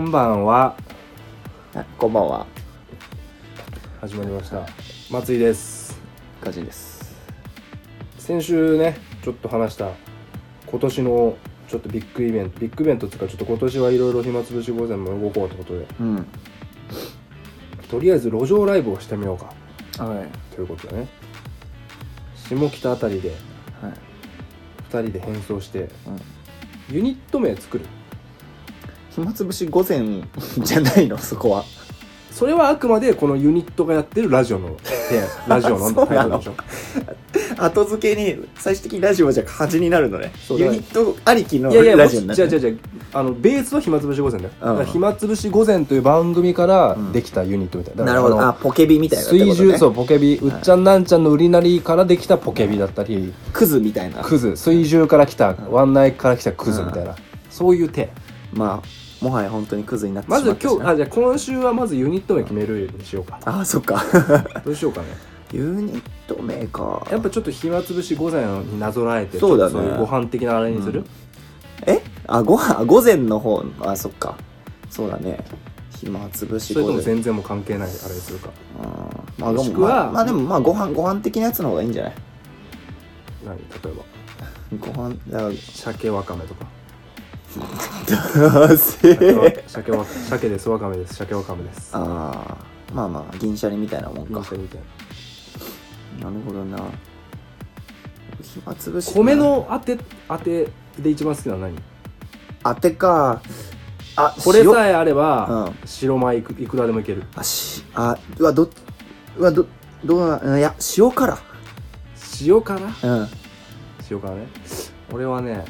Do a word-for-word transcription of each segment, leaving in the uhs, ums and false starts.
んばんは。 あ、こんばんは。 始まりました。松井です。 ガジンです。 先週ねちょっと話した今年のちょっとビッグイベントビッグイベントっていうか、ちょっと今年はいろいろ暇つぶし午前も動こうってことで、 うん、 とりあえず路上ライブをしてみようか、 はい、 ということでね、下北あたりではい、 ふたりで変装して、 うん、 ユニット名作る。 暇つぶし午前じゃないのそこは。 それはあくまでこのユニットがやってるラジオのラジオのタイトルでしょ。 後付けに最終的にラジオじゃ恥になるのね。 そうユニットありきのいやいやラジオになってる。 違う違う違う、あのベースは暇つぶし午前だよ、 うん、 だから暇つぶし午前という番組からできたユニットみたいな、 なるほど。あ、ポケビみたいなってことね。 水獣、そうポケビ、うっちゃんなんちゃんの売りなりからできたポケビだったり、 クズみたいな、 クズ、水獣から来た、うん、ワンナイから来たクズみたいな、うん、そういう手。 まあもはや本当にクズになってしままったし、 ず今日、あ、じゃあ今週はまずユニット名決めるにしようか。 ああ、そっか。 どうしようかね。 ユニット名か。 やっぱちょっと暇つぶし午前になぞらえて、 そうだね、 そういうご飯的なあれにする、うん、 えあ、ご飯、午前の方、あ、そっか、そうだね、暇つぶし午前。 それとも全然もう関係ないあれにするか。 あ、まあ、 もしくは、 まあ、まあでもまあご飯ご飯的なやつの方がいいんじゃない。 何、例えばご飯だから鮭わかめとか。 だせ鮭わ鮭です、わかめです、鮭わかめです。 ああ、まあまあ銀シャリみたいなもんか。 銀シャリみたいな。なるほどな。暇つぶし米の当て当てで一番好きなのは何？ 当てか。あ、 これさえあれば、 うん、 白米いくいくらでもいける。 あしあうわどうわどどうないや塩辛。 塩辛？うん。塩辛ね。俺はね、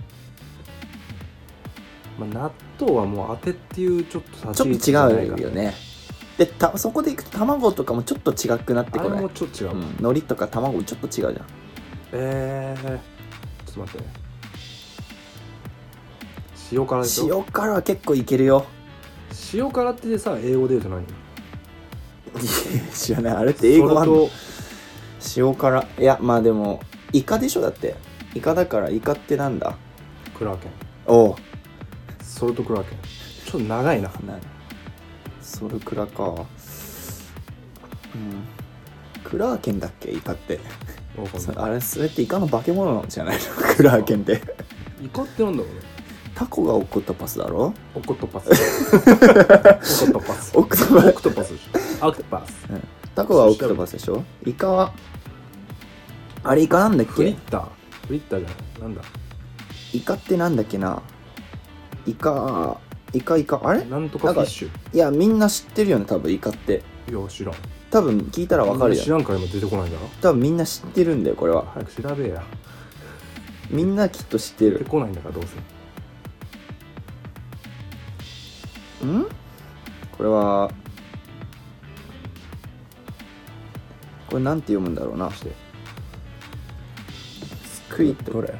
まあ、納豆はもう当てっていうちょっとちょっと違うよね。でたそこでいくと卵とかもちょっと違くなってこない。 あれもちょっと違う、うん、 海苔とか卵もちょっと違うじゃん。 えー、ちょっと待ってね。塩辛でしょ。 塩辛は結構いけるよ。 塩辛ってさ、英語で言うと何？ 知らない。あれって英語あんの？塩辛、いやまあでもイカでしょ。だってイカだからイカってなんだ？ クラーケン。 おう、ソルトクラーケン。ちょっと長いな。 なソルクラか。うん、クラーケンだっけイカって。あれそれってイカの化け物なんじゃないの？クラーケンってイカってなんだろうね。 タコがオクトパスだろ。 オクトパスオクトパスオクトパスオクトパスでしょ。オクトパス、うん、 タコはオクトパスでしょ。イカはあれイカなんだっけ？ フリッターフリッターじゃない、なんだイカってなんだっけな。イカイカイカあれなんとかフィッシュ。 いやみんな知ってるよね多分イカって。 いや知らん。 多分聞いたらわかるよ。 知らんから今出てこないんだろ。 多分みんな知ってるんだよこれは。 早く調べや。 みんなきっと知ってる。 出てこないんだからどうせ。 ん？これはこれなんて読むんだろうな。してスクイット。 これ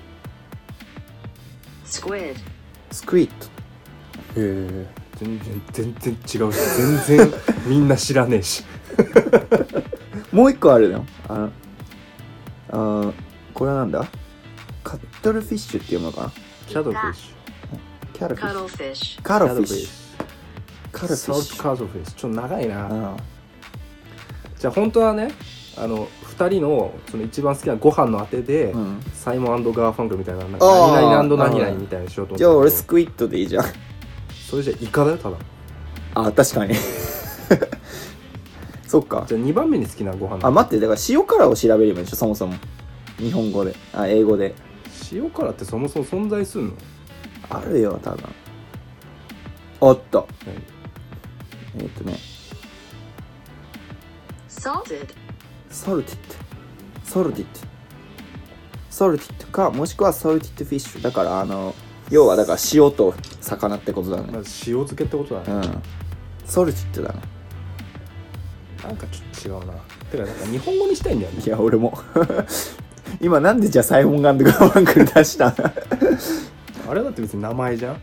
スクイット。 スクイット。 へえ、全然全然違うし、全然みんな知らねえし。 もう一個あるの。ああ、これはなんだ？カットルフィッシュって読むのかな。 キャドルフィッシュ。 キャドルフィッシュ。 カドルフィッシュ。カルフィッシュ。 サルトカードフィッシュ。ちょっと長いな。 うん、 じゃあ本当はね、あのふたりのその一番好きなご飯の当てで、うん、サイモン&ガーファンクルみたいな、なんか何々&何々みたいにしようと思って。 じゃあ俺スクイットでいいじゃん。 それじゃイカだよただ。 あ、確かに。そっか。 じゃあにばんめに好きなご飯の。 あ、待って、だから塩辛を調べればいいでしょそもそも。日本語で、あ、英語で。 塩辛ってそもそも存在するの？ あるよ多分。おっと。えー、っとね。 salted。 salted。salted。salted か、もしくは salted fish。だからあの要はだから塩と魚ってことだね。 まず塩漬けってことだね。 うん。salted だね。 なんかちょっと違うな。てかなんか日本語にしたいんだよね。 いや俺も。今なんでじゃあサイモンガンドガーファンクル出した？ あれだって別に名前じゃん。うん。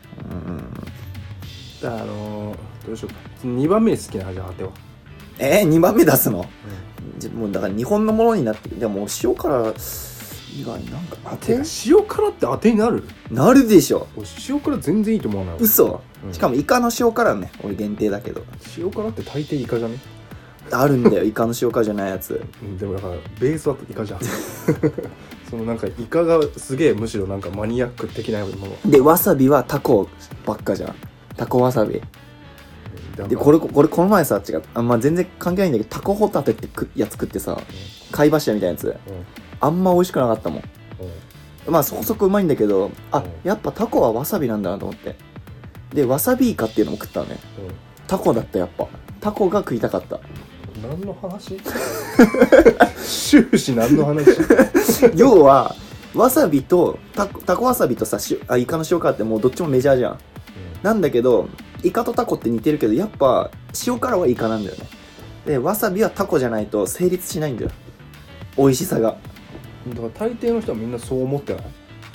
だからあのー、どうしようか。にばんめに好きな味は当ては。 えー、にばんめ出すの？うん、じゃもうだから日本のものになってる。でも塩辛以外なんか当て？ 塩辛って当てになる？ なるでしょ。 塩辛全然いいと思わない。 嘘？ うん、 しかもイカの塩辛ね、俺限定だけど。 塩辛って大抵イカじゃね？ あるんだよイカの塩辛じゃないやつ。 でもだからベースはイカじゃんそのなんかイカがすげえむしろなんかマニアック的なものでわさびはタコばっかじゃん。タコわさびで、これこれこの前さ違うあ、まあ、全然関係ないんだけど、タコホタテってくやつ食ってさ、うん、貝柱みたいなやつ、うん、あんま美味しくなかったもん、うん、まあそこそこうまいんだけど、あ、うん、やっぱタコはわさびなんだなと思って、でわさびイカっていうのも食ったのね、うん、タコだったやっぱタコが食いたかった。 何の話終始何の話要はわさびとタコ、タコわさびとさあイカの塩辛ってもうどっちもメジャーじゃん、うん、なんだけどイカとタコって似てるけどやっぱ塩辛はイカなんだよね。でわさびはタコじゃないと成立しないんだよ、美味しさが。 だから大抵の人はみんなそう思ってない？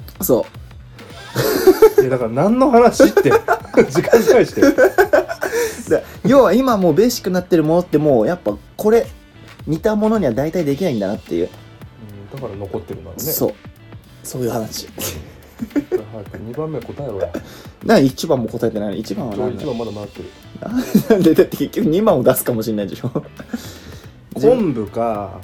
そういやだから何の話って時間返して要は今もうベーシックになってるものってもうやっぱこれ似たものには大体できないんだなっていう、 うん、だから残ってるんだろうね。 そうそういう話早くにばんめ答えろや。 な、いちばんも答えてないの？いちばんは何だ？ いちばんまだ回ってる。 なんでだって結局にばんを出すかもしれないでしょ昆布か、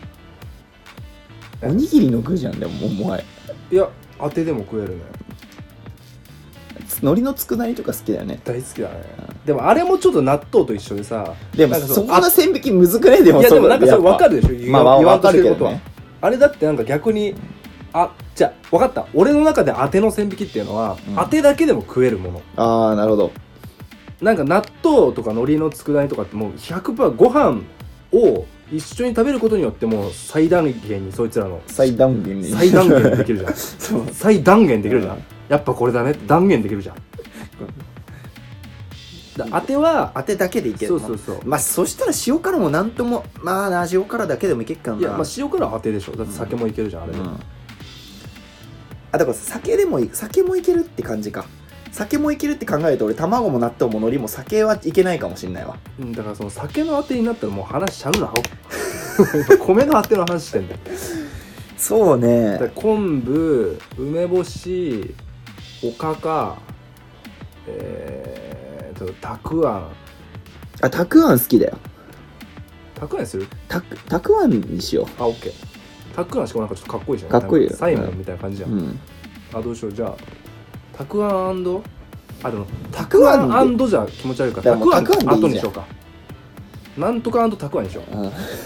うん、おにぎりの具じゃん。でももうもはやいや当てでも食えるね。 海苔の佃煮とか好きだよね。 大好きだね、うん、でもあれもちょっと納豆と一緒でさ、 でもそこの線引きむずくね？でもいやでもなんかそれ分かるでしょ、 まあまあ言わんとしてることは、ね、あれだってなんか逆にあ、じゃあ分かった、俺の中で当ての線引きっていうのは、うん、当てだけでも食えるもの。 ああなるほど。 なんか納豆とか海苔の佃煮とかってもう ひゃくパーセント ご飯を一緒に食べることによってもう最大限にそいつらの最断言に最断言できるじゃんそう最断言できるじゃん、うん、やっぱこれだねって断言できるじゃんだ当ては当てだけでいける。 そうそうそう。 まあそしたら塩辛もなんともまあな、塩辛だけでもいけっかな。 いやまあ塩辛は当てでしょ。だって酒もいけるじゃん、うん、あれで、うん、 あだから酒でもいい、酒もいけるって感じか。酒もいけるって考えると俺卵も納豆も海苔も酒はいけないかもしんないわ。 うん、だからその酒の当てになったらもう話しちゃうな米の当ての話してんだよ。 そうね。 だ昆布、梅干し、おかか、えーとたくあん。 あ、たくあん好きだよ。 たくあんにする？ たくたくあんにしよう。 あ、オッケー。たくあんしかもなんかちょっとかっこいいじゃん。 かっこいいよ。 サイモンみたいな感じじゃん、うん、あ、どうしよう。じゃあたくあん&あ、でもたくあん&じゃ気持ち悪いから、たくあん後にしようか。なんとか&たくあんにしよう。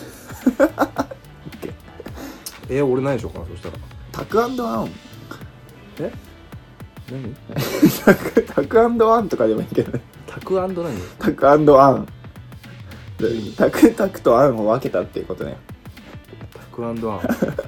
えー、俺何でしょうかな。そしたらたくあんあんえ何たくあんあんとかでもいいけどね。 たくあん何たくあんあんたくたくとあんを分けたっていうことね。 たくあんあん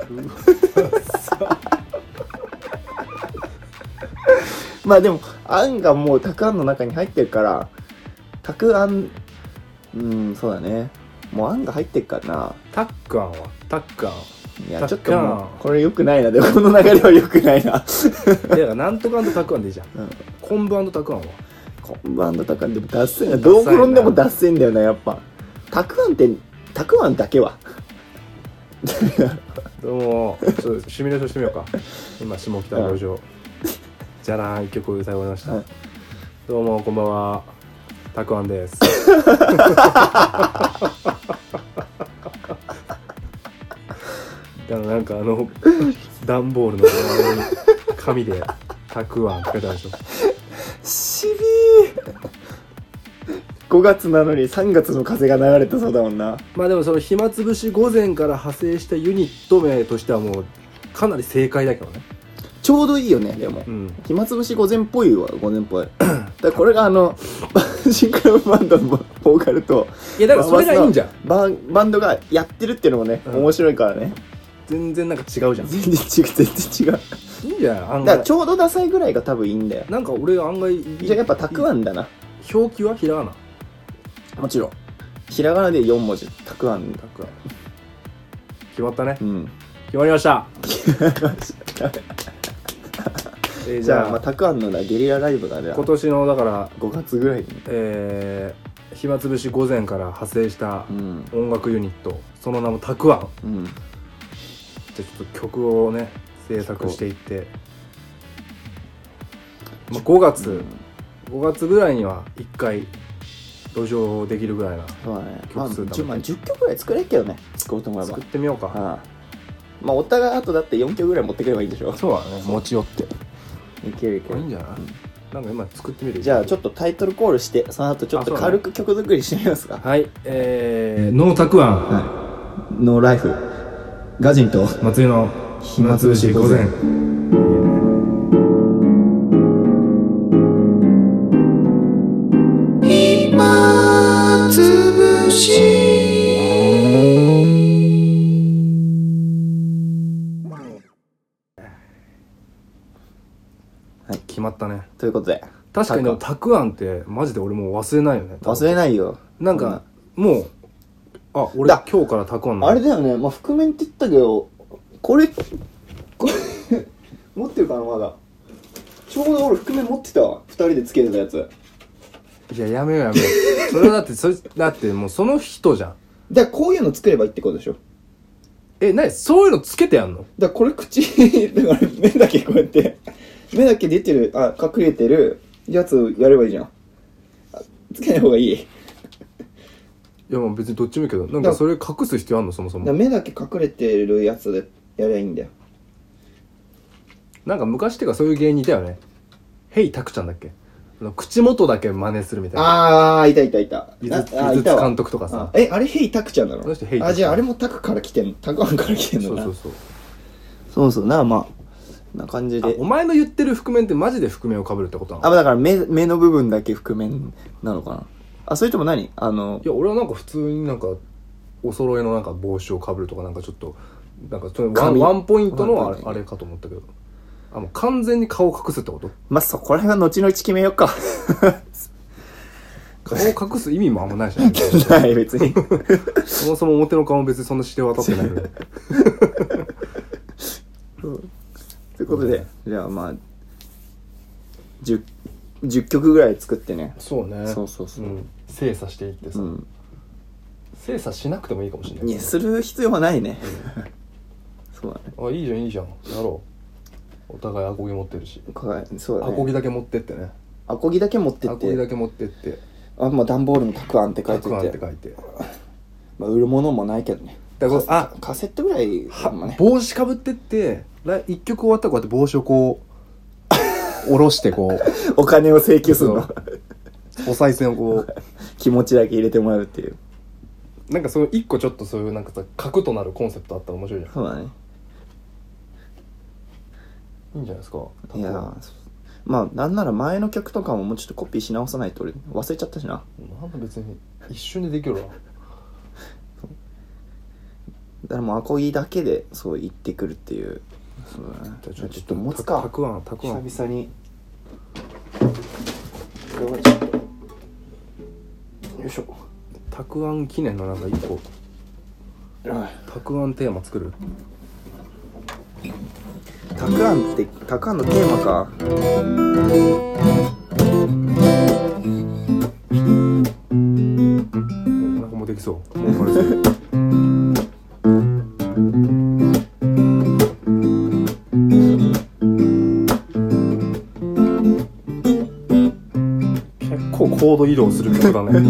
まあでもあんがもうたくあんの中に入ってるからたくあん、うんそうだね、もうあんが入ってるからな。 たっくあんはたっくあん、 いやちょっともうこれ良くないな。でもこの流れは良くないな。 いやなんとか&たくあんでいいじゃん、うん、昆布&たくあんは昆布&たくあんでも脱線な。どう転んでも脱線だよなやっぱ。たくあんってたくあんだけはどうもちょっとシミュレーションしてみようか。今下北路上、うん、じゃらーん一曲歌い終わりました、うん、どうもこんばんは、たくあんですなんかあの段ボールの周りに紙でたくあんって書いてあるでしょ。 しびーごがつなのにさんがつの風が流れてそうだもんな。 まあでもその暇つぶし午前から派生したユニット名としてはもうかなり正解だけどね。 ちょうどいいよね。でも、うん、暇つぶし午前っぽいわ。午前っぽいだこれがあのシンクロバンドのボーカルと、 いやだからそれがいいんじゃん。 バンバンドがやってるっていうのもね、うん、面白いからね。 全然なんか違うじゃん。 全然違う全然違う。 いいんじゃない。案外だからちょうどダサいぐらいが多分いいんだよ。 なんか俺案外いい。 じゃあやっぱたくあんだな。 表記はひらがな。もちろんひらがなでよんもじ。たくあん。 たくあん決まったね。 うん、 決まりましたえー、じゃあ、まあ、たくあんのゲリラライブがね今年のだからごがつぐらいに、 えー、暇つぶし午前から派生した音楽ユニット、うん、その名もたくあん、うん、じゃあちょっと曲をね制作していって、まあ、ごがつごがつぐらいにはいっかい路上できるぐらいなそうだね。 曲数まあ、じゅまあ、じゅっきょくぐらい作れるけどね、作ろうと思えば。 作ってみようか。 ああ、まあお互いあとだってよんきょくぐらい持ってくればいいんでしょ。 そうだね、持ち寄っていけるいける。 いいんじゃない、うん、なんか今作ってみる。 じゃあちょっとタイトルコールして、その後ちょっと軽く曲作りしてみますか。 はい、えー、ノータクアン、 はい、ノーライフガジンと松井の暇つぶし午前。暇つぶし。はい、決まったね。 ということで、 確かにでもたくあんってマジで俺もう忘れないよね。 忘れないよ。 なんか、うん、もうあ、俺今日からたくあんあれだよね、まあ覆面って言ったけど、これこれ持ってるかな、まだ。ちょうど俺覆面持ってたわ、二人でつけてたやつ。 いや、やめようやめよう。それだってそれだってもうその人じゃん。 だからこういうの作ればいいってことでしょ。 え、なにそういうのつけてやんの？ だからこれ口だから目だけこうやって目だけ出てる、あ、隠れてるやつやればいいじゃん。つけない方がいい。いや、まあ別にどっちもいいけど、なんかそれ隠す必要あんのそもそも。 だ目だけ隠れてるやつでやりゃいいんだよ。 なんか昔ってかそういう芸人いたよね。ヘイタクちゃんだっけ？口元だけ真似するみたいな。 ああ、いたいたいた。 井筒監督とかさ。 え、あれヘイタクちゃんなの？ あの人ヘイタク。 あ、じゃああれもタクから来てんの？タクアンから来てんのな。 そうそうそう。 そうそう、な、まあな感じで。 お前の言ってる覆面ってマジで覆面を被るってことなの？ あ、だから目目の部分だけ覆面なのかな。あ、それとも何？あの、 いや、俺はなんか普通になんかお揃いのなんか帽子を被るとか、なんかちょっとなんかそのワン、ワンポイントのあれ、あれかと思ったけど。あ、もう完全に顔隠すってこと？ まあ、そこら辺は後々決めようか。 顔を隠す意味もあんまないしね。 ない、別に。 そもそも表の顔も別にそんな指定渡ってないので。 ということで、じゃあまあ、じゅう、じゅっきょくぐらい作ってね。 そうね。 そうそうそう。うん、 精査していってさ、うん。精査しなくてもいいかもしれない。 いや、する必要はないね。うん、そうだね。 あ、いいじゃん、いいじゃん。やろう。お互いアコギ持ってるし。 そうだね。 アコギだけ持ってってね。 アコギだけ持ってって。 アコギだけ持ってって。 あ、まあ段ボールのたくあんって書いてて。 たくあんって書いて。 まあ売るものもないけどね。 だからあ、 カセットぐらいは、 ね、帽子かぶってって、一曲終わったらこうやって帽子をこう下ろしてこうお金を請求するの。 お賽銭をこう気持ちだけ入れてもらうっていう。 なんかそういう一個ちょっとそういうなんかさ核となるコンセプトあったら面白いじゃん。 そうだね。 いいんじゃないですか。 いやまあなんなら前の曲とかももうちょっとコピーし直さないと俺忘れちゃったしな。 なんだ別に一瞬でできるわ。 だからもうアコギだけでそう言ってくるっていう。そうだね。じゃあちょっと持つか。 たくあんたくあん久々に。これはちょっとよいしょ。 たくあん記念のなんか一個たくあんテーマ作る。 たくあんってたくあんのテーマか。 なんかもうできそう。もうこれ結構コード移動する曲だね。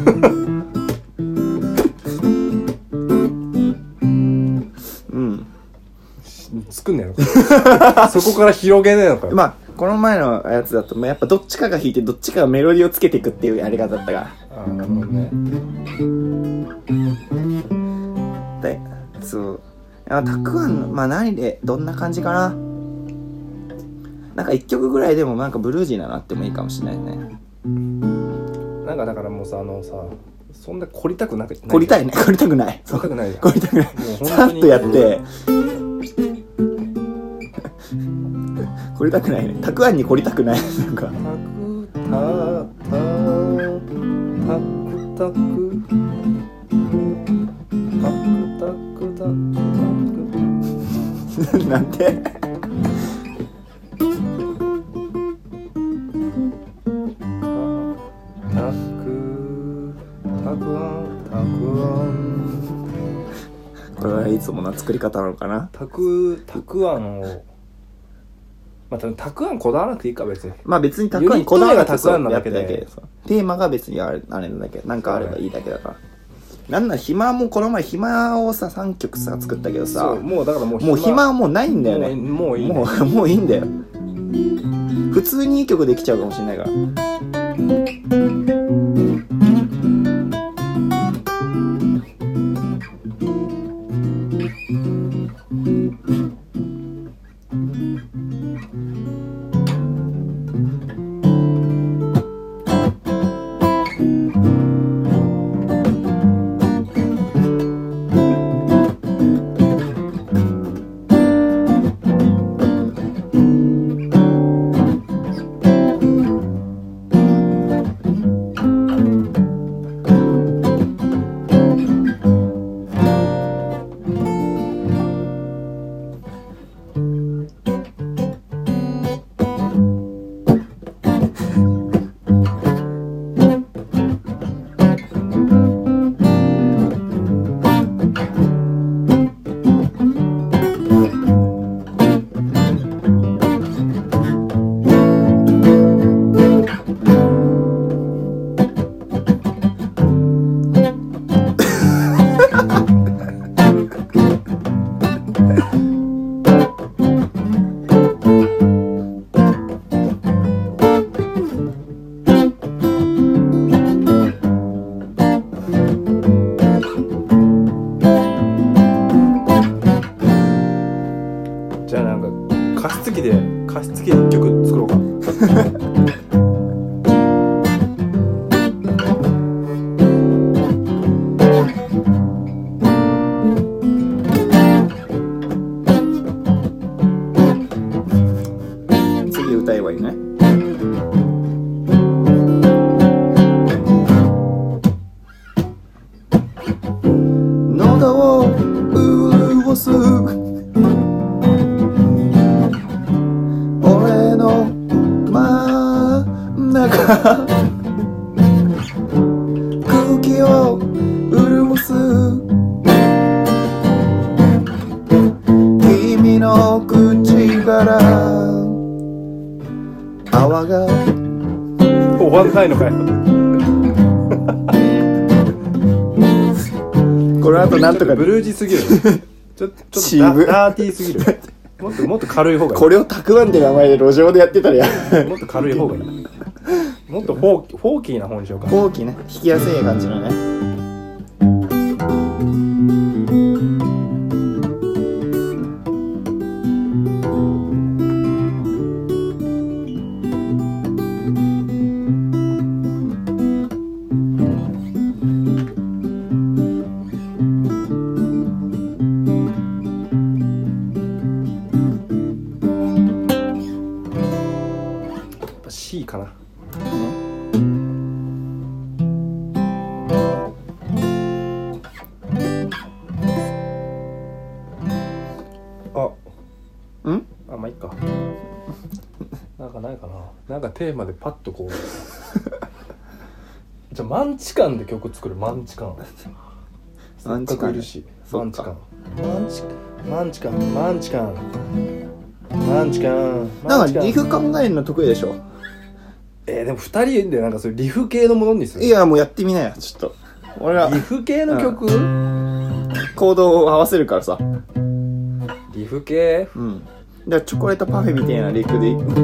作んねえのかそこから広げねえのかよ。 まあこの前のやつだとやっぱどっちかが弾いてどっちかがメロディーをつけていくっていうやり方だったから。 ああなるほどね。 でそうたくあんまあ何でどんな感じかな。なんか一曲ぐらいでもなんかブルージーななってもいいかもしれないね。 なんかだからもうさあのさそんな凝りたくなく凝りたいね凝りたくない凝りたくない凝りたくないさっとやって凝りたくないね。たくあんに凝りたくない。なんかタクタクタクタクタクタクなんてタクたくあんたくあんこれはいつもの作り方なのかな。 たくたくあんをまあ多分たくあんこだわらなくていいか別に。 まあ別にたくあんにこだわらなくてユニット名がたくあんなだけでやってだけでテーマが別にあれあれなんだけどなんかあればいいだけだから。なんなら暇もこの前暇をささんきょくさ作ったけどさ、 そうもうだからもうもう暇はもうないんだよね。 もうもういい、ね、 もうもういいんだよ。普通にいい曲できちゃうかもしれないから。 じゃあなんか加湿器で加湿器で一曲作ろうか。 次歌えばいいね。喉を潤す俺の真ん中空気を潤す君の口から泡が終わんないのかよ。 この後なんとかブルージーすぎる。ちょっとちょっ渋とダダーティーすぎる。もっともっと軽い方がいい。 これをたくあんって名前で路上でやってたらやもっと軽い方がいい。もっとフォーフォーキーな方にしようか。 大きいね、弾きやすい感じのね。 C かな。あ、 ん？ あ、まあいいか。なんかないかな。なんかテーマでパッとこう。じゃあマンチカンで曲作る。マンチカン。 マンチカンせっかくいるし。 そっかマンチカン。マンチカン。マンチカン。マンチカン。マンチカン。 なんかリフ考えるの得意でしょ。 えー、でも二人でなんかそういうリフ系のものにする。 いやもうやってみなよちょっと。俺はリフ系の曲、 うん、コードを合わせるからさ。 リフ系。 うん。だからチョコレートパフェみたいなリフでいく。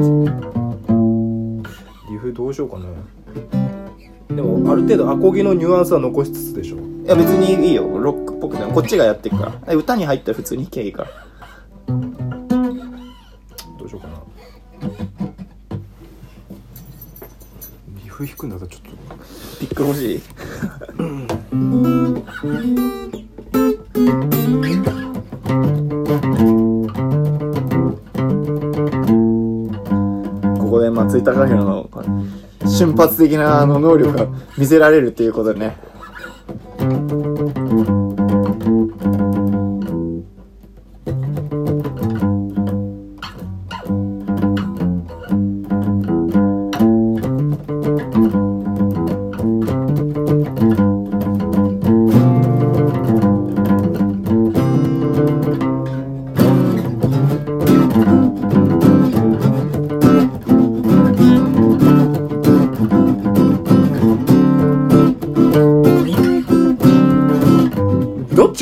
リフどうしようかね。でもある程度アコギのニュアンスは残しつつでしょ。 いや別にいいよ、ロックっぽくてもこっちがやっていくから。歌に入ったら普通に弾けばいいから。 どうしようかな。リフ弾くんだったらちょっとピック欲しい。ここで松井貴弘の瞬発的なあの能力が見せられるっていうことでね。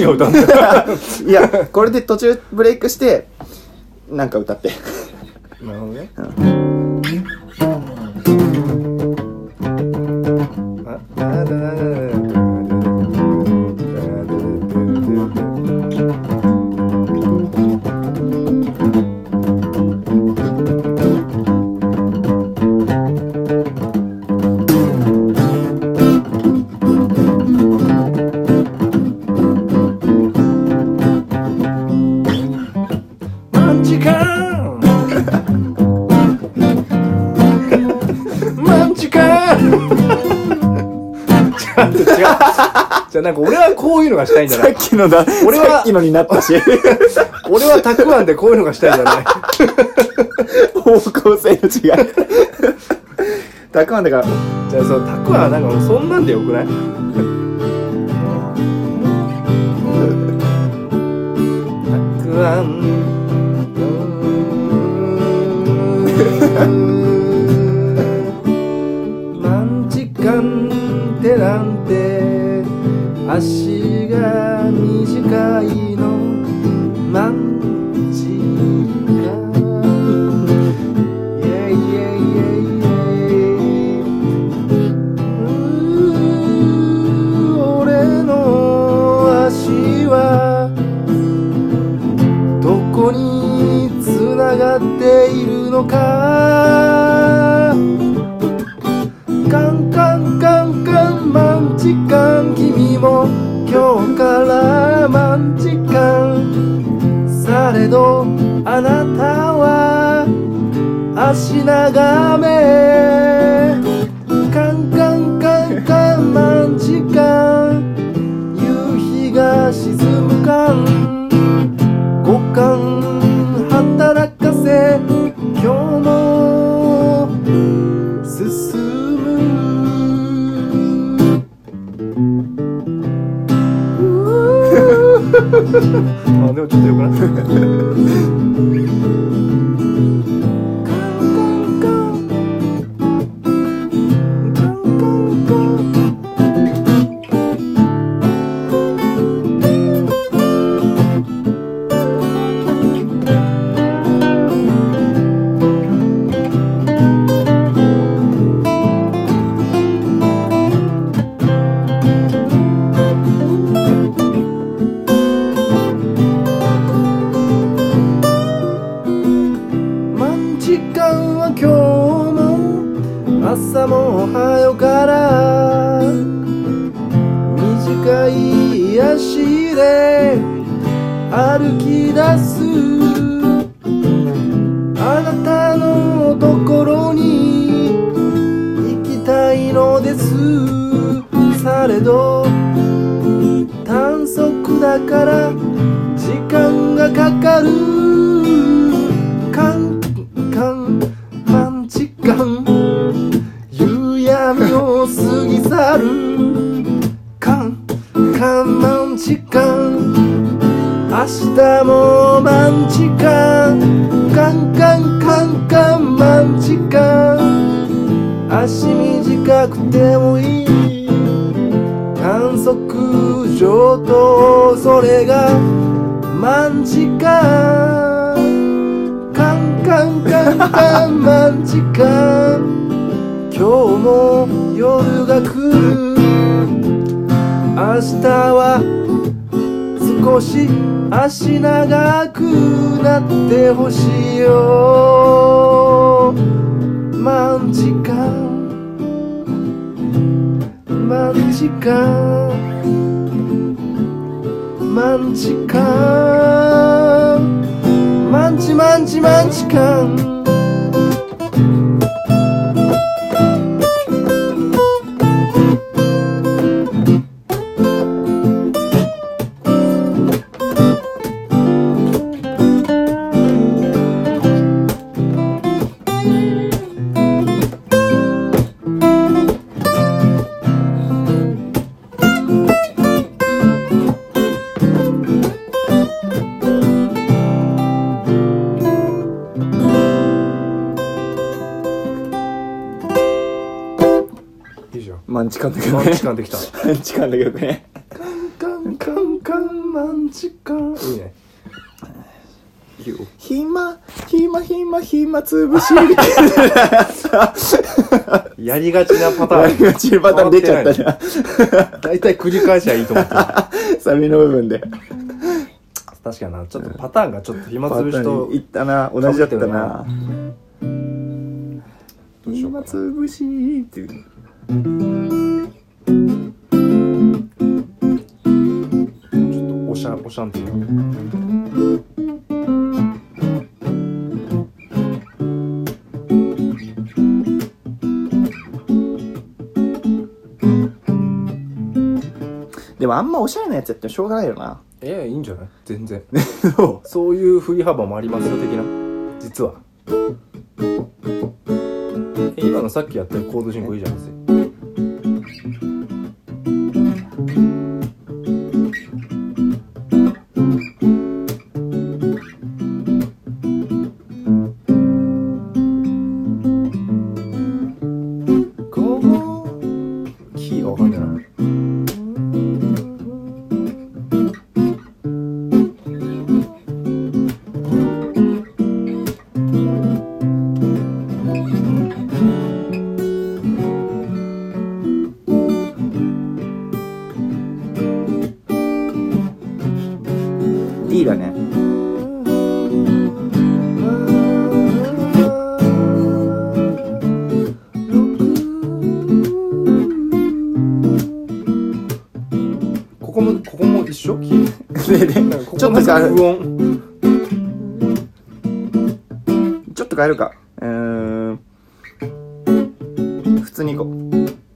を歌うんだいやこれで途中ブレイクしてなんか歌ってなるほどね、うん、ああだだだ違うじゃあなんか俺はこういうのがしたいんじゃないさっきのだ俺はさっきのになったし俺はたくあんでこういうのがしたいんじゃない方向性の違いたくあんだからじゃあそうたくあんなんかもうそんなんでよくないたくあん何時間ってなんて足が短いのマンチカイェイイェイイェイイェイ俺の足はどこにつながっているのかカンカンカンカンマンチカン君も今日からマンチカンされどあなたは足長めカンカンカンカンマンチカン夕日が沈むカン五感働かせ今日も進むあでもちょっとよくない朝も早から短い足で歩き出すあなたのところに行きたいのですされど短足だから時間がかかるカンカンマンチカン闇を過ぎ去るカンカンマンチカン明日もマンチカンカンカンカンカンマンチカン足短くてもいい観測上とそれがマンチカンカンカンカンカンマンチカン今日も夜が来る明日は少し足長くなってほしいよマンチカンマンチカンマンチカンマンチマンチマンチカンマンチカンだけどねマンチカンできたマンチカンだけどねカンカンカンカンマチカンいいね。 ひまひまひまひまつぶしやりがちなパターン。 やりがちなパターン出ちゃったじゃん。 だいたい繰り返しはいいと思ってる。 サビの部分で。 確かにな、ちょっとパターンがちょっと暇つぶしといったな、同じだったな。 どうしようかな。 暇つぶしっていう。 ちょっとおしゃおしゃんっていう。 でもあんまおしゃれなやつやってもしょうがないよな。 ええ、いいんじゃない？全然。そういう振り幅もありますよ的な。実は。え、今のさっきやったコード進行いいじゃん別に。このキーがわかんないな。 D だね。 ここもここも一緒？キー。 ででちょっと変える。 無音。 ちょっと変えるか。うーん。普通に行こう。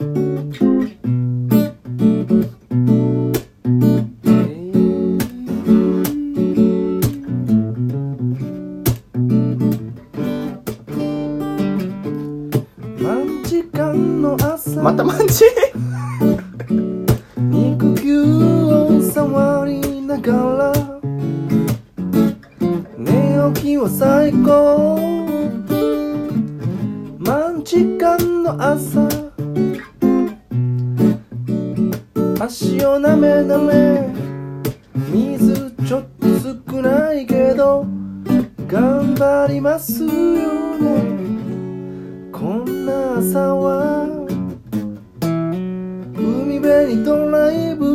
またマンチ肉球を触りながら寝起きは最高。マンチカンの朝足をなめなめ水ちょっと少ないけど頑張りますよね。こんな朝は海辺にドライブ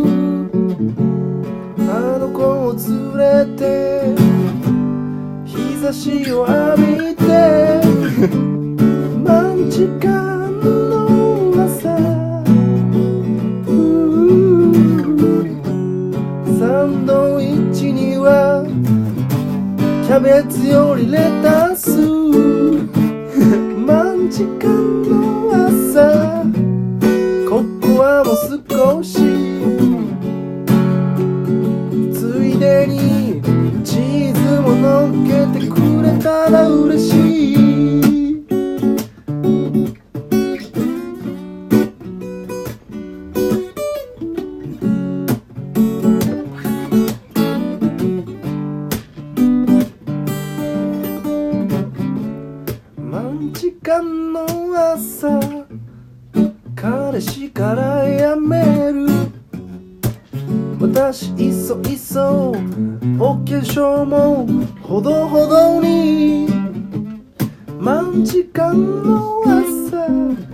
あの子を連れて日差しを浴びてマンチカンの朝サンドイッチにはキャベツよりレタスマンチカンの朝ココアも少しついでにチーズも乗っけてくれたら嬉しい。マンチカンの朝彼氏からやめる私いそいそお化粧もほどほどにマンチカンの朝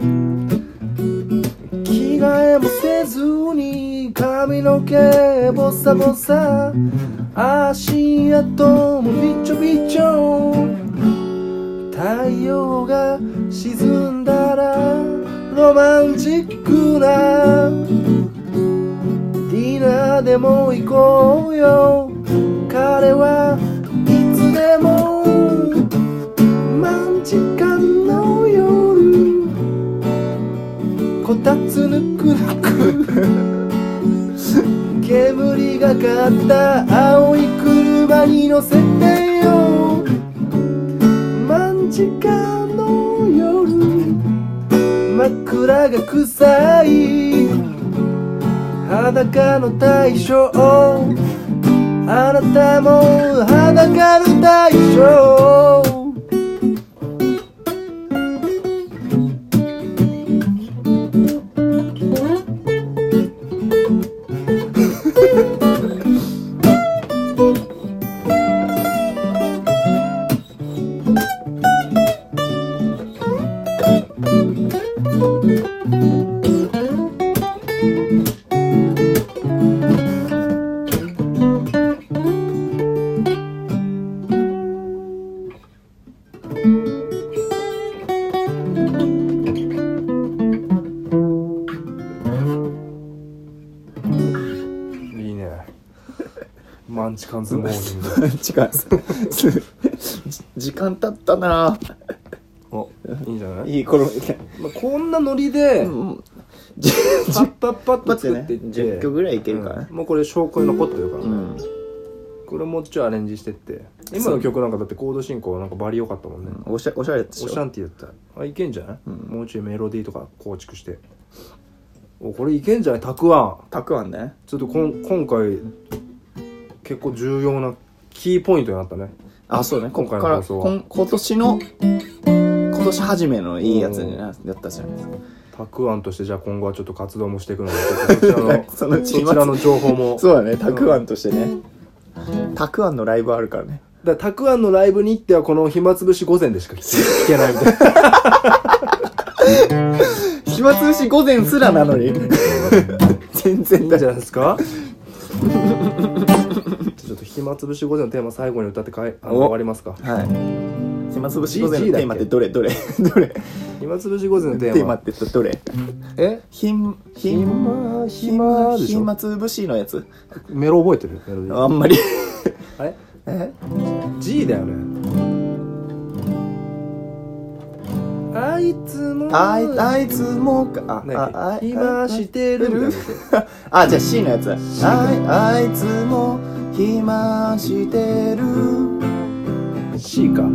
着替えもせずに髪の毛ボサボサ足跡もびちょびちょ太陽が沈んだらロマンチックなディナーでも行こうよ。彼はいつでもマンチカンの夜こたつぬくぬく煙がかった青い車に乗せてよ。マンチカンの夜枕が臭い裸の大将あなたも裸の大将いいね。マンチカンズモーニング。 時間時間経ったな。 お、いいんじゃない？ いいこの、 まあ、こんなノリで、 うん、 パッパッパッと作っていって、 じゅっきょくぐらいいけるからね、 うん、もうこれ証拠に残ってるからね、うん、これもうちょいアレンジしてって。今の曲なんかだってコード進行なんかバリ良かったもんね、 うん、おしゃ、おしゃれだったでしょ。 オシャンティだった。あ、いけんじゃない、うん、もうちょいメロディーとか構築して。お、これいけんじゃない？たくあん。 たくあんね。 ちょっとこん今回結構重要なキーポイントになったね。 あ、そうね。今回の放送は今今年の今年初めのいいやつになったじゃないですか。 たくあんとしてじゃあ今後はちょっと活動もしていくので、そちらのそのそちらの情報も。 そうだね。たくあんとしてね。たくあんのライブあるからね。 だからたくあんのライブに行ってはこの暇つぶし午前でしか聞けないみたいな。 暇つぶし午前すらなのに全然いいんじゃないですか。ちょっと暇つぶし午前のテーマ最後に歌ってかいあの終わりますか。 はい。暇つぶし午前のテーマってどれどれどれ。 暇つぶし午前のテーマ。 テーマってどれ？え？ひんひま暇でしょ。 暇つぶしのやつ。 メロ覚えてる？メロディー。 あんまり。 あれ？ え？ G だよね。あいつもあいあいつもかああ暇してるみたいな。 あ、じゃあ C のやつ。あいあいつも暇してる C か。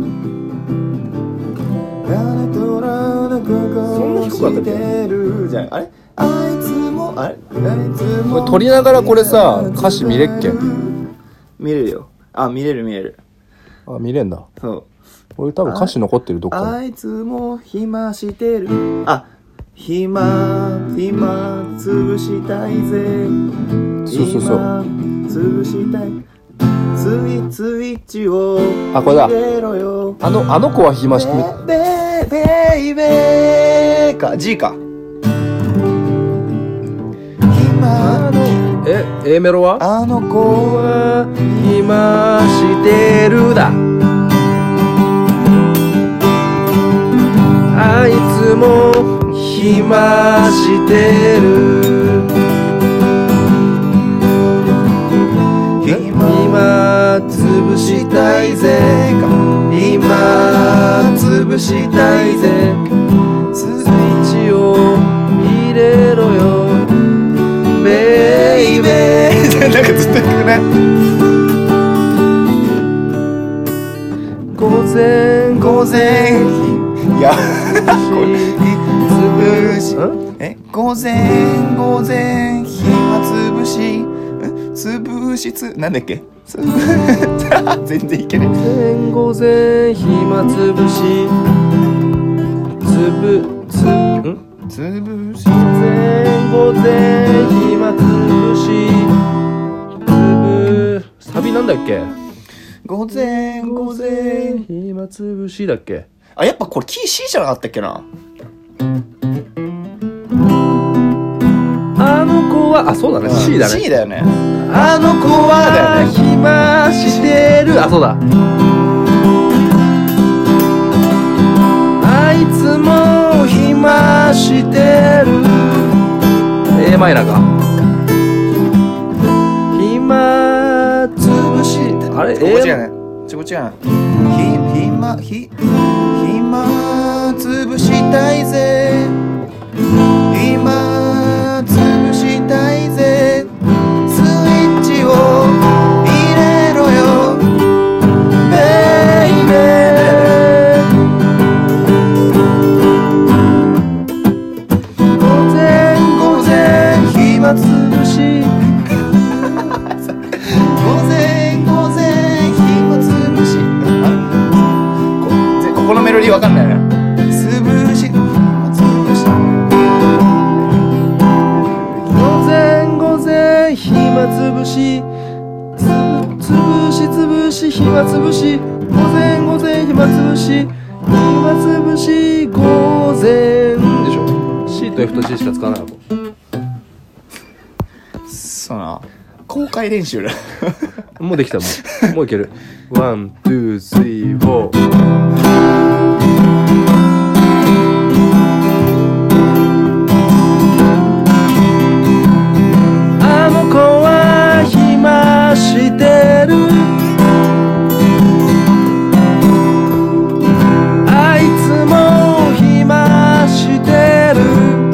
そんな低かったっけ？じゃあ、あれあいつもあれあいつも撮りながらこれさ歌詞見れっけ？ 見れるよ。あ、見れる見れる。 あ、見れんだ。 そう。 俺多分歌詞残ってるどっかに。 あいつも暇してる。あ、暇暇潰したいぜ。 そうそうそう。 潰したい。スイスイッチをあ、これだ。 入れろよ。 あのあの子は暇してる。 ベイベイベーか G か。暇え A メロは？ あの子は暇してるだ。あいつも暇してる。今潰したいぜ。今潰したいぜ。スイッチを入れろよベイベー。 なんかずっと行くね。 午前午前いやつぶしえ午前午前暇つぶしつぶしつなんだっけつぶ全然いけない。 午前午前暇つぶしつぶつんつぶし午前午前暇つぶしつぶサビなんだっけ？ 午前午前暇つぶしだっけ？ あ、やっぱこれキー C じゃなかったっけな。 あの子はあ、そうだね、うん、C だね。 C だよね。あの子はだよね。 暇してる。あ、そうだ。あいつも暇してる。 A マイナーか。暇つぶしあれ？ ここ違うね。ちょこ違うな。ひ暇ひ暇つぶしたいぜ。今つぶしたいぜ。スイッチを入れろよベイベー。午前午前暇つぶし午前午前暇つぶしここのメロディーわかんないな。つぶし暇つぶし午前午前暇つぶしつぶつぶしつぶし暇つぶし午前午前暇つぶし暇つぶし午前と F と C しか使わないわと。 そうな公開練習だもうできた。もうもういける。ワン、ツー、スリー、フォー。あの子は暇してる、あいつも暇してる、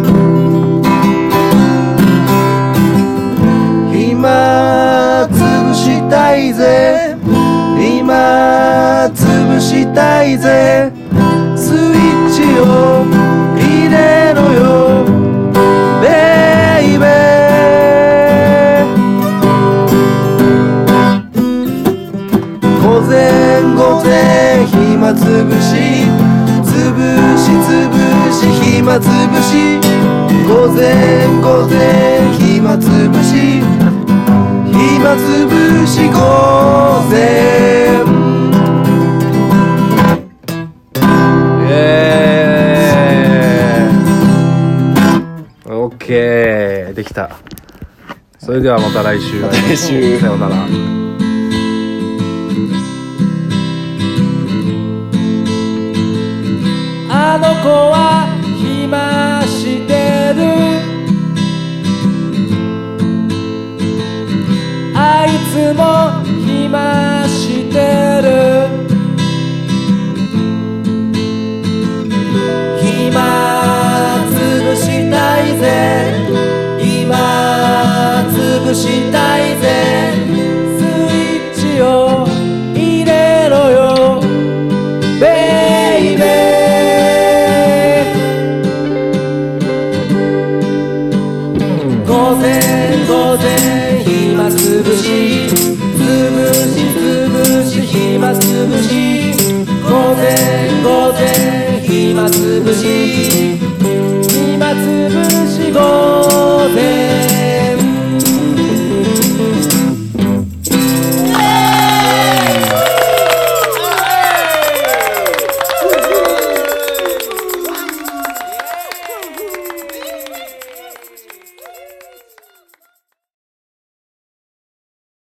暇つぶしたいぜ、今潰したいぜ、スイッチを入れろよベイベー。午前午前暇つぶしつぶしつぶし暇つぶし、午前午前暇つぶし暇つぶし午前。イエーイ。オッケー、できた。それではまた来週。 また来週。 さようなら。あの子は暇してる、あいつも暇してる、暇つぶしたいぜ、今つぶした